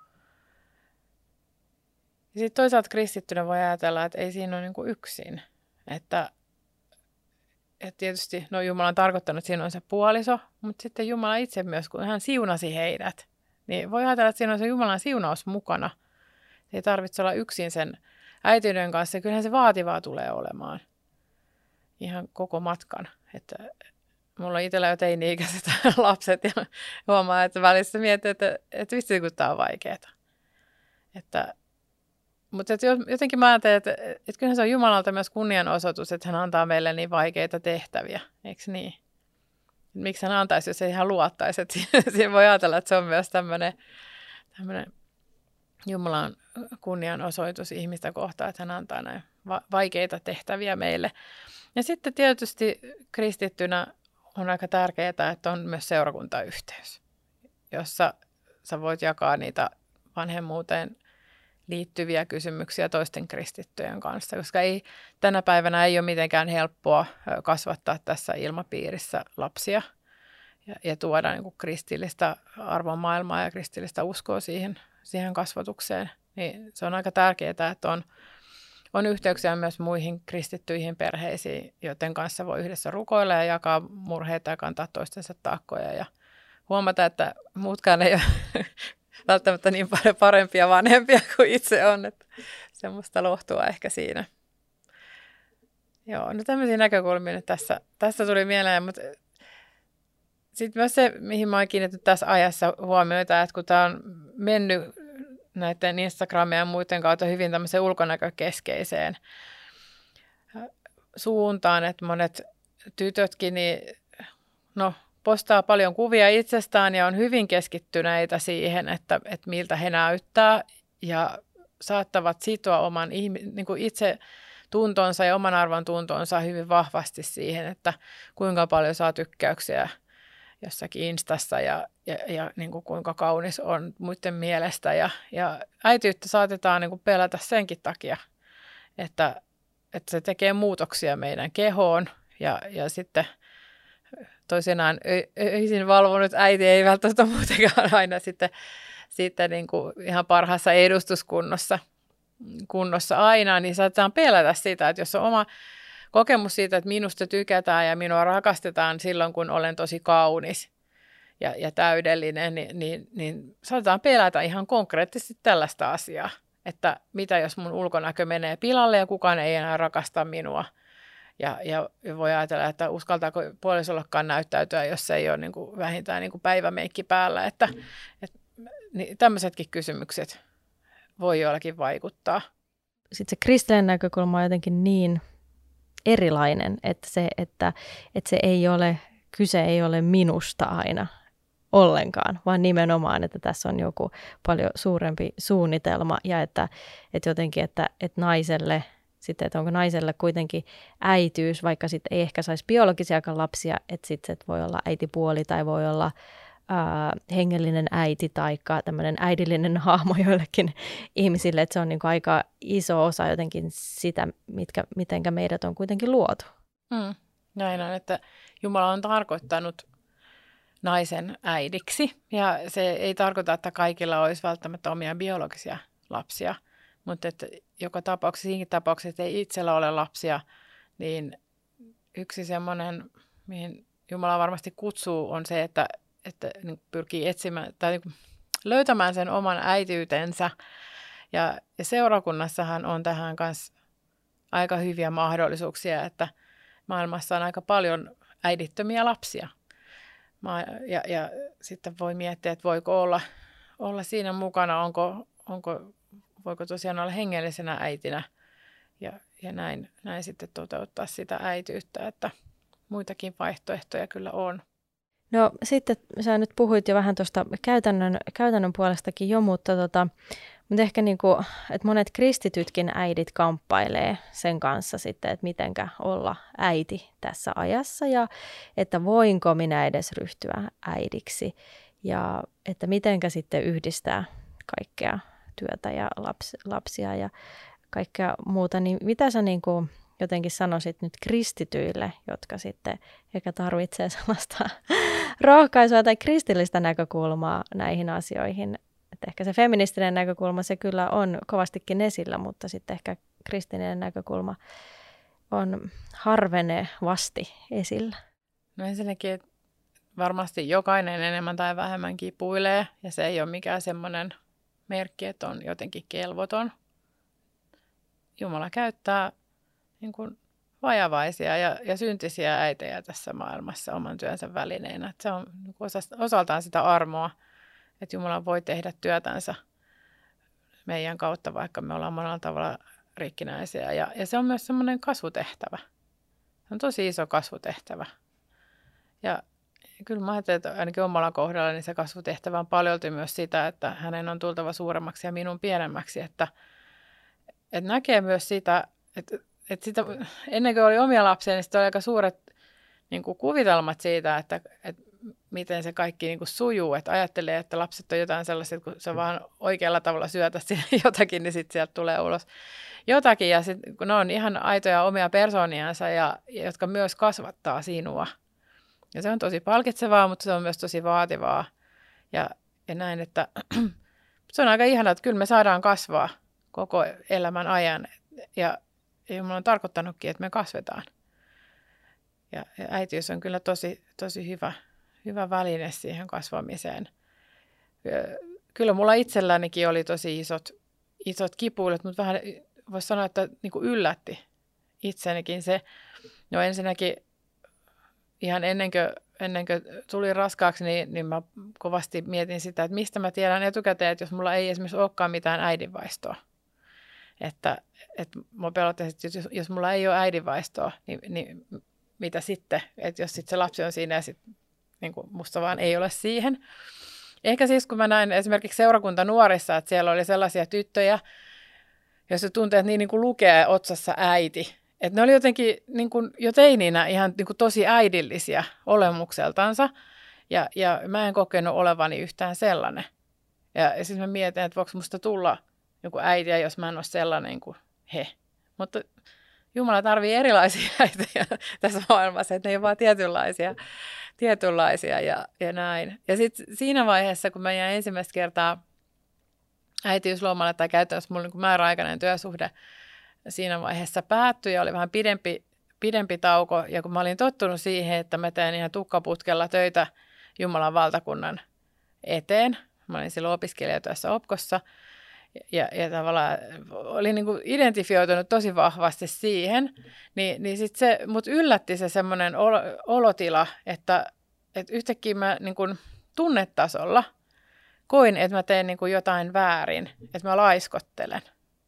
Ja sitten toisaalta kristittynä voi ajatella, että ei siinä ole niin kuin yksin. Että, että tietysti no Jumala on tarkoittanut, että siinä on se puoliso, mutta sitten Jumala itse myös, kun hän siunasi heidät, niin voi ajatella, että siinä on se Jumalan siunaus mukana. Ei tarvitse olla yksin sen äitiyden kanssa, ja kyllähän se vaativaa tulee olemaan ihan koko matkan. Että mulla on itsellä jo teini-ikäiset lapset, ja huomaa, että välissä mietin, että, että vitsi, kun tämä on vaikeaa. Että Mutta jotenkin mä ajattelen, että, että kyllähän se on Jumalalta myös kunnianosoitus, että hän antaa meille niin vaikeita tehtäviä, eikö niin? Miksi hän antaisi, jos ei hän luottaisi? Että siinä voi ajatella, että se on myös tämmöinen, tämmöinen Jumalan kunnianosoitus ihmistä kohtaan, että hän antaa näin vaikeita tehtäviä meille. Ja sitten tietysti kristittynä on aika tärkeää, että on myös seurakuntayhteys, jossa sä voit jakaa niitä vanhemmuuteen liittyviä kysymyksiä toisten kristittyjen kanssa, koska ei, tänä päivänä ei ole mitenkään helppoa kasvattaa tässä ilmapiirissä lapsia ja, ja tuoda niin kuin kristillistä arvomaailmaa ja kristillistä uskoa siihen, siihen kasvatukseen. Niin se on aika tärkeää, että on, on yhteyksiä myös muihin kristittyihin perheisiin, joiden kanssa voi yhdessä rukoilla ja jakaa murheita ja kantaa toistensa taakkoja ja huomata, että muutkaan ei ole välttämättä niin paljon parempia vanhempia kuin itse on, että semmoista lohtua ehkä siinä. Joo, no tämmöisiä näkökulmia nyt tässä, tässä tuli mieleen, mutta sitten myös se, mihin mä oon kiinnittänyt tässä ajassa huomioita, että kun tämä on mennyt näiden Instagramien ja muiden kautta hyvin tämmöiseen ulkonäkökeskeiseen suuntaan, että monet tytötkin, niin no, postaa paljon kuvia itsestään ja on hyvin keskittyneitä siihen, että, että miltä he näyttää ja saattavat sitoa oman niin kuin itse tuntonsa ja oman arvon tuntonsa hyvin vahvasti siihen, että kuinka paljon saa tykkäyksiä jossakin Instassa ja, ja, ja niin kuin kuinka kaunis on muiden mielestä. Ja, ja äitiyttä saatetaan niin kuin pelätä senkin takia, että, että se tekee muutoksia meidän kehoon ja, ja sitten toisinaan öisin valvonut äiti ei välttämättä muutenkaan aina sitten, sitten niin kuin ihan parhaassa edustuskunnossa kunnossa aina, niin saatetaan pelätä sitä, että jos on oma kokemus siitä, että minusta tykätään ja minua rakastetaan silloin, kun olen tosi kaunis ja, ja täydellinen, niin, niin, niin saatetaan pelätä ihan konkreettisesti tällaista asiaa, että mitä jos mun ulkonäkö menee pilalle ja kukaan ei enää rakasta minua. Ja, ja voi ajatella, että uskaltaako puolisollakaan näyttäytyä, jos ei ole niin kuin vähintään niin kuin päivämeikki päällä. Että, et, niin tämmöisetkin kysymykset voi jollakin vaikuttaa. Sitten se kristillinen näkökulma on jotenkin niin erilainen, että se, että, että se ei ole, kyse ei ole minusta aina ollenkaan, vaan nimenomaan, että tässä on joku paljon suurempi suunnitelma ja että, että jotenkin, että, että naiselle sitten, että onko naiselle kuitenkin äitiys, vaikka sitten ei ehkä saisi biologisiakaan lapsia, että sitten että voi olla äitipuoli tai voi olla ää, hengellinen äiti tai tämmöinen äidillinen hahmo joillekin ihmisille, että se on niin kuin aika iso osa jotenkin sitä, mitkä, mitenkä meidät on kuitenkin luotu. Mm, näin on, että Jumala on tarkoittanut naisen äidiksi ja se ei tarkoita, että kaikilla olisi välttämättä omia biologisia lapsia. Mutta että joka tapauksessa, siinäkin tapauksessa, että ei itsellä ole lapsia, niin yksi semmoinen, mihin Jumala varmasti kutsuu, on se, että, että niin pyrkii etsimään tai niin löytämään sen oman äitiytensä. Ja, ja seurakunnassahan on tähän kanssa aika hyviä mahdollisuuksia, että maailmassa on aika paljon äidittömiä lapsia. Ja, ja sitten voi miettiä, että voiko olla, olla siinä mukana, onko... onko voiko tosiaan olla hengellisenä äitinä ja, ja näin, näin sitten toteuttaa sitä äitiyttä, että muitakin vaihtoehtoja kyllä on. No sitten sä nyt puhuit jo vähän tuosta käytännön, käytännön puolestakin jo, mutta, tota, mutta ehkä niin kuin, että monet kristitytkin äidit kamppailee sen kanssa sitten, että mitenkä olla äiti tässä ajassa ja että voinko minä edes ryhtyä äidiksi ja että mitenkä sitten yhdistää kaikkea työtä ja laps, lapsia ja kaikkea muuta, niin mitä sä niin kuin jotenkin sanoisit nyt kristityille, jotka sitten ehkä tarvitsee sellaista rohkaisua tai kristillistä näkökulmaa näihin asioihin? Että ehkä se feministinen näkökulma, se kyllä on kovastikin esillä, mutta sitten ehkä kristillinen näkökulma on harvenevasti esillä. No ensinnäkin varmasti jokainen enemmän tai vähemmän kipuilee ja se ei ole mikään semmoinen merkki, että on jotenkin kelvoton. Jumala käyttää niin kuin vajavaisia ja, ja syntisiä äitejä tässä maailmassa oman työnsä välineenä. Että se on niin kuin osaltaan sitä armoa, että Jumala voi tehdä työtänsä meidän kautta, vaikka me ollaan monella tavalla rikkinäisiä. Ja, ja se on myös semmoinen kasvutehtävä. Se on tosi iso kasvutehtävä. Ja kyllä mä ajattelen, että ainakin omalla kohdalla niin se kasvutehtävä on paljolti myös sitä, että hänen on tultava suuremmaksi ja minun pienemmäksi. Että, että näkee myös sitä, että, että sitä, ennen kuin oli omia lapsia, niin sitten oli aika suuret niin kuin kuvitelmat siitä, että, että miten se kaikki niin kuin sujuu, että ajattelee, että lapset on jotain sellaisia, että kun sä vaan oikealla tavalla syötä jotakin, niin sitten sieltä tulee ulos jotakin. Ja sitten kun ne on ihan aitoja omia persooniansa, ja, jotka myös kasvattaa sinua. Ja se on tosi palkitsevaa, mutta se on myös tosi vaativaa. Ja, ja näin, että se on aika ihanaa, että kyllä me saadaan kasvaa koko elämän ajan. Ja, ja Jumala on tarkoittanutkin, että me kasvetaan. Ja, ja äitiys on kyllä tosi, tosi hyvä, hyvä väline siihen kasvamiseen. Kyllä mulla itsellänikin oli tosi isot, isot kipuilut, mutta vähän voisi sanoa, että niin kuin yllätti itsenikin se. No ensinnäkin ihan ennen kuin, ennen kuin tuli raskaaksi, niin, niin mä kovasti mietin sitä, että mistä mä tiedän etukäteen, että jos mulla ei esimerkiksi olekaan mitään äidinvaistoa. Että, että mä pelotin, että jos, jos mulla ei ole äidinvaistoa, niin, niin mitä sitten, että jos sitten se lapsi on siinä ja sitten niin kuin musta vaan ei ole siihen. Ehkä siis kun mä näin esimerkiksi seurakunta nuorissa, että siellä oli sellaisia tyttöjä, joissa tuntee, että niin, niin kuin lukee otsassa äiti. Että ne oli jotenkin niin kuin jo teininä ihan niin kuin tosi äidillisiä olemukseltansa. Ja, ja mä en kokenut olevani yhtään sellainen. Ja, ja sitten mä mietin, että voiko musta tulla joku äitiä, jos mä en ole sellainen kuin he. Mutta Jumala tarvii erilaisia äitejä tässä maailmassa, että ne ei ole vaan tietynlaisia, tietynlaisia ja, ja näin. Ja sitten siinä vaiheessa, kun mä jäin ensimmäistä kertaa äitiyslomalle tai käytännössä mulla niin määräaikainen työsuhde siinä vaiheessa päättyi ja oli vähän pidempi, pidempi tauko. Ja kun mä olin tottunut siihen, että mä teen ihan tukkaputkella töitä Jumalan valtakunnan eteen. Mä olin silloin opiskelijatyössä Opkossa. Ja, ja tavallaan olin niin kuin identifioitunut tosi vahvasti siihen, niin, niin sitten se mut yllätti se semmoinen olo, olotila, että, että yhtäkkiä mä niin kuin tunnetasolla koin, että mä teen niin kuin jotain väärin, että mä laiskottelen.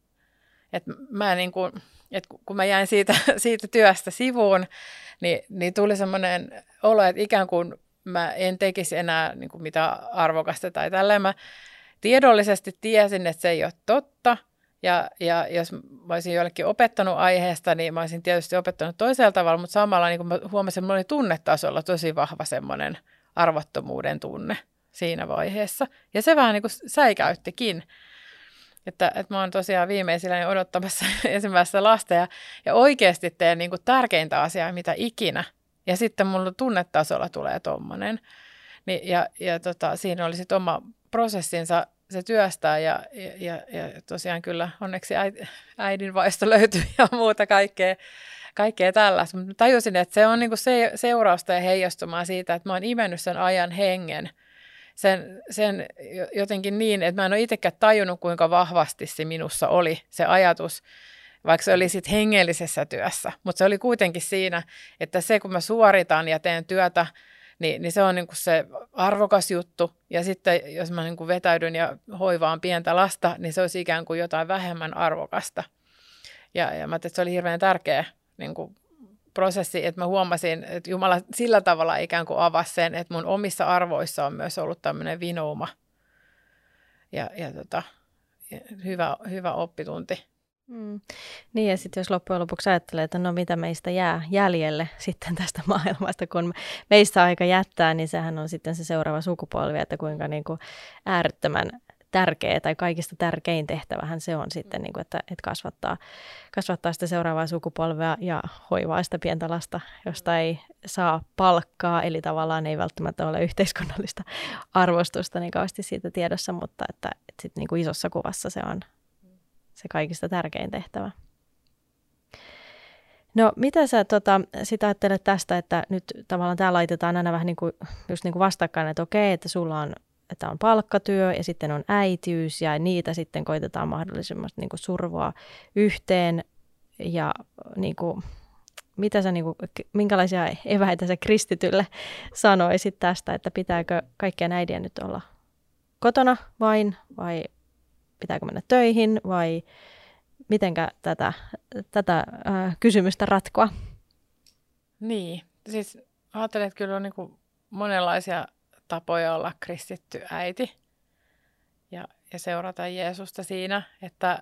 Että mä niin kuin, että kun mä jäin siitä, siitä työstä sivuun, niin, niin tuli semmoinen olo, että ikään kuin mä en tekisi enää niin kuin mitään arvokasta tai tälleen. Mä tiedollisesti tiesin, että se ei ole totta, ja, ja jos mä olisin jollekin opettanut aiheesta, niin mä olisin tietysti opettanut toisella tavalla, mutta samalla niin kuin mä huomasin, että mulla oli tunnetasolla tosi vahva semmoinen arvottomuuden tunne siinä vaiheessa. Ja se vähän niin kuin säikäyttikin, että, että mä oon tosiaan viimeisillä odottamassa ensimmäistä lasta, ja, ja oikeasti teen niin kuin tärkeintä asiaa, mitä ikinä, ja sitten mulla tunnetasolla tulee tommonen. Niin, ja ja tota, siinä oli sitten oma prosessinsa se työstää ja, ja, ja tosiaan kyllä onneksi äidinvaisto löytyi ja muuta kaikkea, kaikkea tällaista. Mutta tajusin, että se on niinku se, seurausta ja heijastumaa siitä, että mä oon imennyt sen ajan hengen. Sen, sen jotenkin niin, että mä en ole itsekään tajunnut, kuinka vahvasti se minussa oli se ajatus, vaikka se oli sitten hengellisessä työssä. Mutta se oli kuitenkin siinä, että se kun mä suoritan ja teen työtä, Niin, niin se on niin kuin se arvokas juttu. Ja sitten jos mä niin kuin vetäydyn ja hoivaan pientä lasta, niin se olisi ikään kuin jotain vähemmän arvokasta. Ja, ja mä ajattelin, että se oli hirveän tärkeä niin kuin prosessi, että mä huomasin, että Jumala sillä tavalla ikään kuin avasi sen, että mun omissa arvoissa on myös ollut tämmöinen vinouma. Ja, ja tota, hyvä, hyvä oppitunti. Mm. Niin, ja sitten jos loppujen lopuksi ajattelee, että no mitä meistä jää jäljelle sitten tästä maailmasta, kun meistä aika jättää, niin sehän on sitten se seuraava sukupolvi, että kuinka niin kuin äärettömän tärkeä tai kaikista tärkein tehtävähän se on sitten, niin kuin, että, että kasvattaa, kasvattaa sitä seuraavaa sukupolvea ja hoivaa sitä pientä lasta, josta ei saa palkkaa, eli tavallaan ei välttämättä ole yhteiskunnallista arvostusta niin kauheasti siitä tiedossa, mutta että, että sitten niin kuin isossa kuvassa se on se kaikista tärkein tehtävä. No, mitä sä tota, sit ajattelet tästä, että nyt tavallaan tää laitetaan aina vähän niin kuin, just niin kuin vastakkain, että okei, että sulla on, että on palkkatyö ja sitten on äitiys ja niitä sitten koitetaan mahdollisimman niin kuin survoa yhteen ja niin kuin, mitä sä, niin kuin, minkälaisia eväitä sä kristitylle sanoisit tästä, että pitääkö kaikkien äidien nyt olla kotona vain vai pitääkö mennä töihin vai mitenkä tätä, tätä äh, kysymystä ratkoa? Niin, siis ajattelen, että kyllä on niin kuin monenlaisia tapoja olla kristitty äiti ja, ja seurata Jeesusta siinä, että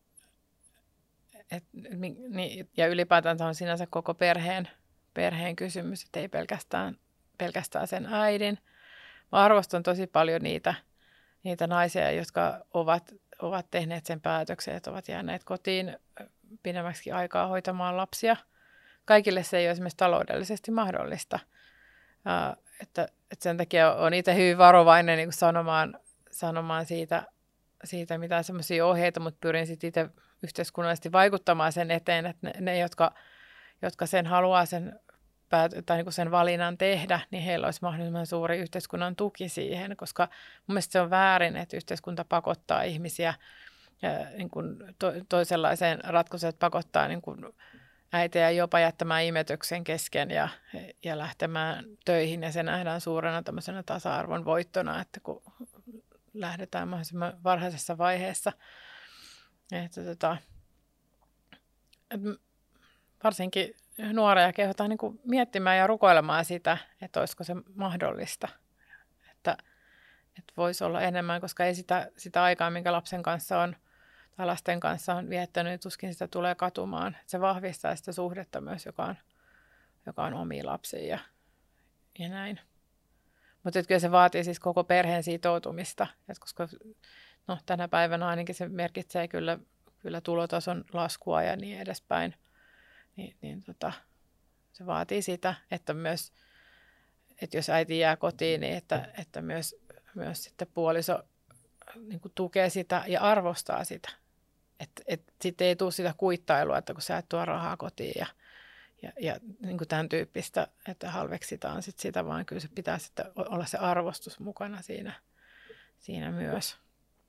et, niin, ja ylipäätään se on sinänsä koko perheen, perheen kysymys, että ei pelkästään pelkästään sen äidin. Mä arvostan tosi paljon niitä, niitä naisia, jotka ovat, ovat tehneet sen päätöksen, että ovat jääneet kotiin pidemmäksi aikaa hoitamaan lapsia. Kaikille se ei ole esimerkiksi taloudellisesti mahdollista. Uh, että, että sen takia on itse hyvin varovainen niin kuin sanomaan, sanomaan siitä, siitä mitään semmoisia ohjeita, mutta pyrin sitten itse yhteiskunnallisesti vaikuttamaan sen eteen, että ne, ne jotka, jotka sen haluaa sen, päät- tai niin kuin sen valinnan tehdä, niin heillä olisi mahdollisimman suuri yhteiskunnan tuki siihen, koska mun mielestä se on väärin, että yhteiskunta pakottaa ihmisiä ja, niin kuin to, toisenlaiseen ratkaisuun, että pakottaa niin kuin äitejä jopa jättämään imetyksen kesken ja, ja lähtemään töihin, ja se nähdään suurena tämmöisenä tasa-arvon voittona, että kun lähdetään mahdollisimman varhaisessa vaiheessa. Että tota, et varsinkin nuoria kehotaan niin kuin miettimään ja rukoilemaan sitä, että olisiko se mahdollista, että, että voisi olla enemmän, koska ei sitä, sitä aikaa, minkä lapsen kanssa on tai lasten kanssa on viettänyt, niin tuskin sitä tulee katumaan. Se vahvistaa sitä suhdetta myös, joka on, joka on omiin lapsiin ja, ja näin. Mutta kyllä se vaatii siis koko perheen sitoutumista, et koska no, tänä päivänä ainakin se merkitsee kyllä, kyllä tulotason laskua ja niin edespäin. Niin, niin tota, se vaatii sitä, että myös, että jos äiti jää kotiin, niin että, että myös, myös sitten puoliso niin kuin tukee sitä ja arvostaa sitä. Että et sitten ei tule sitä kuittailua, että kun sä et tuo rahaa kotiin ja, ja, ja niin kuin tämän tyyppistä, että halveksitaan sit sitä, vaan kyllä se pitää sitten olla se arvostus mukana siinä, siinä myös.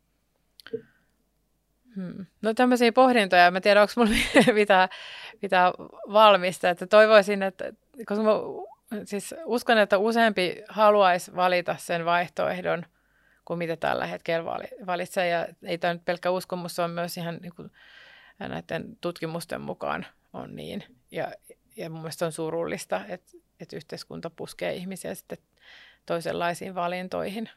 Hmm. No tämmöisiä pohdintoja, mä tiedän, onko mulla mitään, mitään valmista, että toivoisin, että koska mä siis uskon, että useampi haluaisi valita sen vaihtoehdon, kuin mitä tällä hetkellä valitsee. Ja ei tämä nyt pelkkä uskomus, se on myös ihan niin kuin näiden tutkimusten mukaan on niin. Ja, ja mun mielestä on surullista, että, että yhteiskunta puskee ihmisiä sitten toisenlaisiin valintoihin.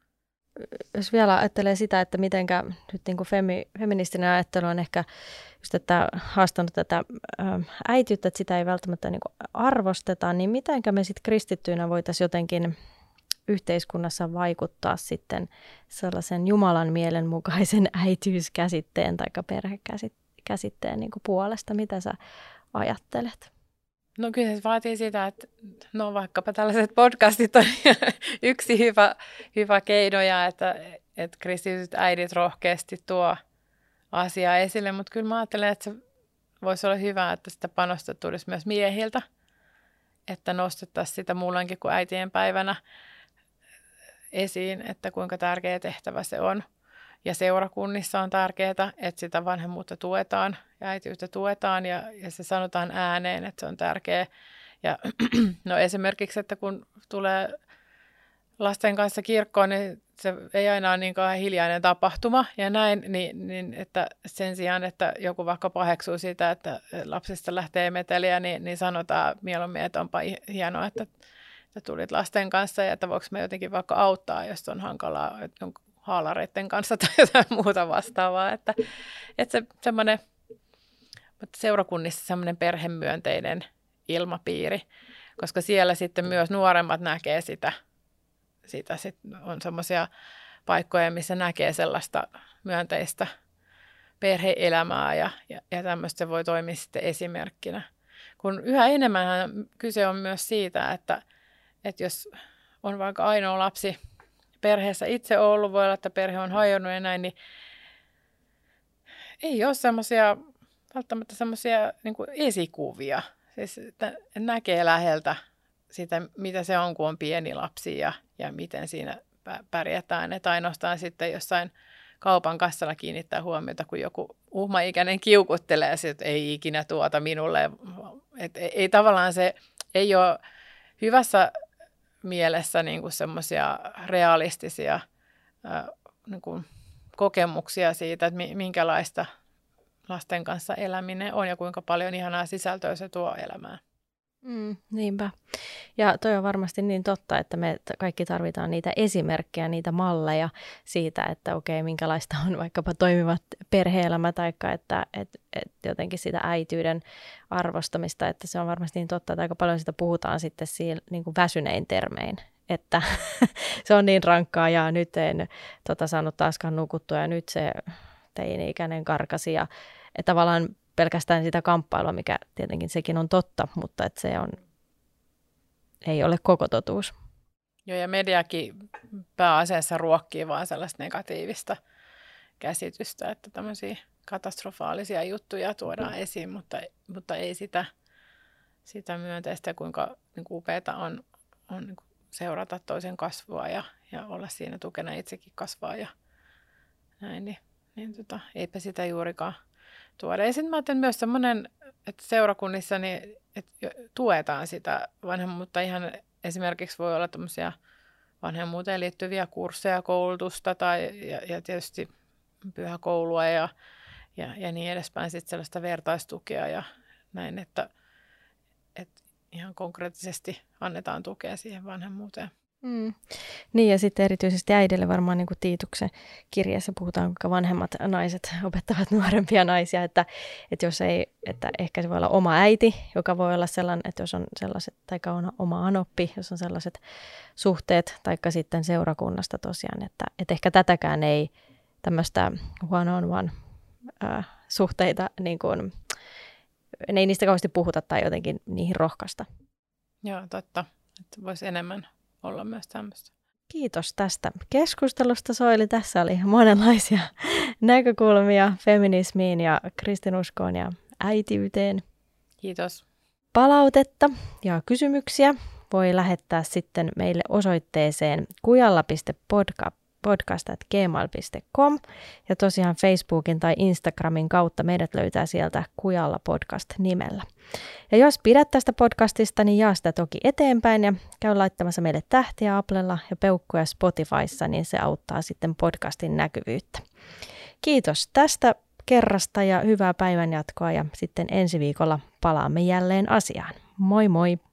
Jos vielä ajattelee sitä, että mitenkä nyt niin kuin femi, feministinen ajattelu on ehkä just, että haastanut tätä äitiyttä, että sitä ei välttämättä niin kuin arvosteta, niin mitenkä me sitten kristittyinä voitaisiin jotenkin yhteiskunnassa vaikuttaa sitten sellaisen Jumalan mielen mukaisen äitiyskäsitteen tai perhekäsitteen niin kuin puolesta. Mitä sä ajattelet? No kyllä se vaatii sitä, että no vaikkapa tällaiset podcastit on yksi hyvä, hyvä keino, ja että, että kristityt äidit rohkeasti tuo asiaa esille, mutta kyllä mä ajattelen, että se voisi olla hyvä, että sitä panosta tulisi myös miehiltä, että nostettaisiin sitä muulloinkin kuin äitien päivänä esiin, että kuinka tärkeä tehtävä se on. Ja seurakunnissa on tärkeää, että sitä vanhemmuutta tuetaan ja äitiyttä tuetaan ja, ja se sanotaan ääneen, että se on tärkeä. Ja no esimerkiksi, että kun tulee lasten kanssa kirkkoon, niin se ei aina ole niin hiljainen tapahtuma ja näin, niin, niin että sen sijaan, että joku vaikka paheksuu sitä, että lapsista lähtee meteliä, niin, niin sanotaan mieluummin, että onpa hienoa, että että tulit lasten kanssa ja että voiko me jotenkin vaikka auttaa, jos on hankalaa haalareiden kanssa tai jotain muuta vastaavaa. Että, että se semmoinen, seurakunnissa semmoinen perhemyönteinen ilmapiiri, koska siellä sitten myös nuoremmat näkee sitä, sitä sit on semmoisia paikkoja, missä näkee sellaista myönteistä perhe-elämää ja, ja, ja tämmöistä se voi toimia sitten esimerkkinä. Kun yhä enemmän kyse on myös siitä, että Että jos on vaikka ainoa lapsi perheessä itse ollut, voi olla, että perhe on hajonnut ja näin, niin ei ole semmoisia, välttämättä semmoisia niin kuin esikuvia. Siis että näkee läheltä sitä, mitä se on, kun on pieni lapsi ja, ja miten siinä pärjätään. Että ainoastaan sitten jossain kaupan kassalla kiinnittää huomiota, kun joku uhmaikäinen kiukuttelee, että ei ikinä tuota minulle. Että ei, ei tavallaan se, ei ole hyvässä mielessä niin kuin semmoisia realistisia ää, niin kuin kokemuksia siitä, että minkälaista lasten kanssa eläminen on ja kuinka paljon ihanaa sisältöä se tuo elämään. Mm, niinpä. Ja toi on varmasti niin totta, että me kaikki tarvitaan niitä esimerkkejä, niitä malleja siitä, että okei, minkälaista on vaikkapa toimivat perhe-elämä tai että et, et jotenkin sitä äityyden arvostamista, että se on varmasti niin totta, että aika paljon sitä puhutaan sitten siinä niin kuin väsynein termein, että se on niin rankkaa ja nyt en tota, saanut taaskaan nukuttua ja nyt se teini-ikäinen karkasi ja että tavallaan pelkästään sitä kamppailua, mikä tietenkin sekin on totta, mutta että se on, ei ole koko totuus. Joo, ja mediakin pääasiassa ruokkii vaan sellaista negatiivista käsitystä, että tämmöisiä katastrofaalisia juttuja tuodaan esiin, mutta, mutta ei sitä, sitä myönteistä, kuinka niin kuin upeata on, on niin kuin seurata toisen kasvua ja, ja olla siinä tukena itsekin kasvaa ja näin, niin, niin tota, eipä sitä juurikaan tuoda. Ja sitten mä ajattelen myös semmoinen, että seurakunnissa niin, että tuetaan sitä vanhemmuutta. Ihan esimerkiksi voi olla tämmöisiä vanhemmuuteen liittyviä kursseja, koulutusta tai, ja, ja tietysti pyhäkoulua ja, ja, ja niin edespäin. Sitten sellaista vertaistukea ja näin, että, että ihan konkreettisesti annetaan tukea siihen vanhemmuuteen. Mm. Niin ja sitten erityisesti äidille varmaan niin kuin Tiituksen kirjeessä puhutaan, kuinka vanhemmat naiset opettavat nuorempia naisia, että, että jos ei, että ehkä se voi olla oma äiti, joka voi olla sellainen, että jos on sellaiset, tai on oma anoppi, jos on sellaiset suhteet, taikka sitten seurakunnasta tosiaan, että, että ehkä tätäkään ei tämmöistä one-on-one äh, suhteita, niin kuin, ei niistä kauheasti puhuta tai jotenkin niihin rohkaista. Joo, totta, että voisi enemmän olla myös tämmöistä. Kiitos tästä keskustelusta, Soili. Tässä oli monenlaisia näkökulmia feminismiin ja kristinuskoon ja äitiyteen. Kiitos. Palautetta ja kysymyksiä voi lähettää sitten meille osoitteeseen kujalla piste podcast at gmail piste com ja tosiaan Facebookin tai Instagramin kautta meidät löytää sieltä Kujalla podcast nimellä. Ja jos pidät tästä podcastista, niin jaa sitä toki eteenpäin ja käy laittamassa meille tähtiä Applella ja peukkuja Spotifyssa, niin se auttaa sitten podcastin näkyvyyttä. Kiitos tästä kerrasta ja hyvää päivänjatkoa ja sitten ensi viikolla palaamme jälleen asiaan. Moi moi!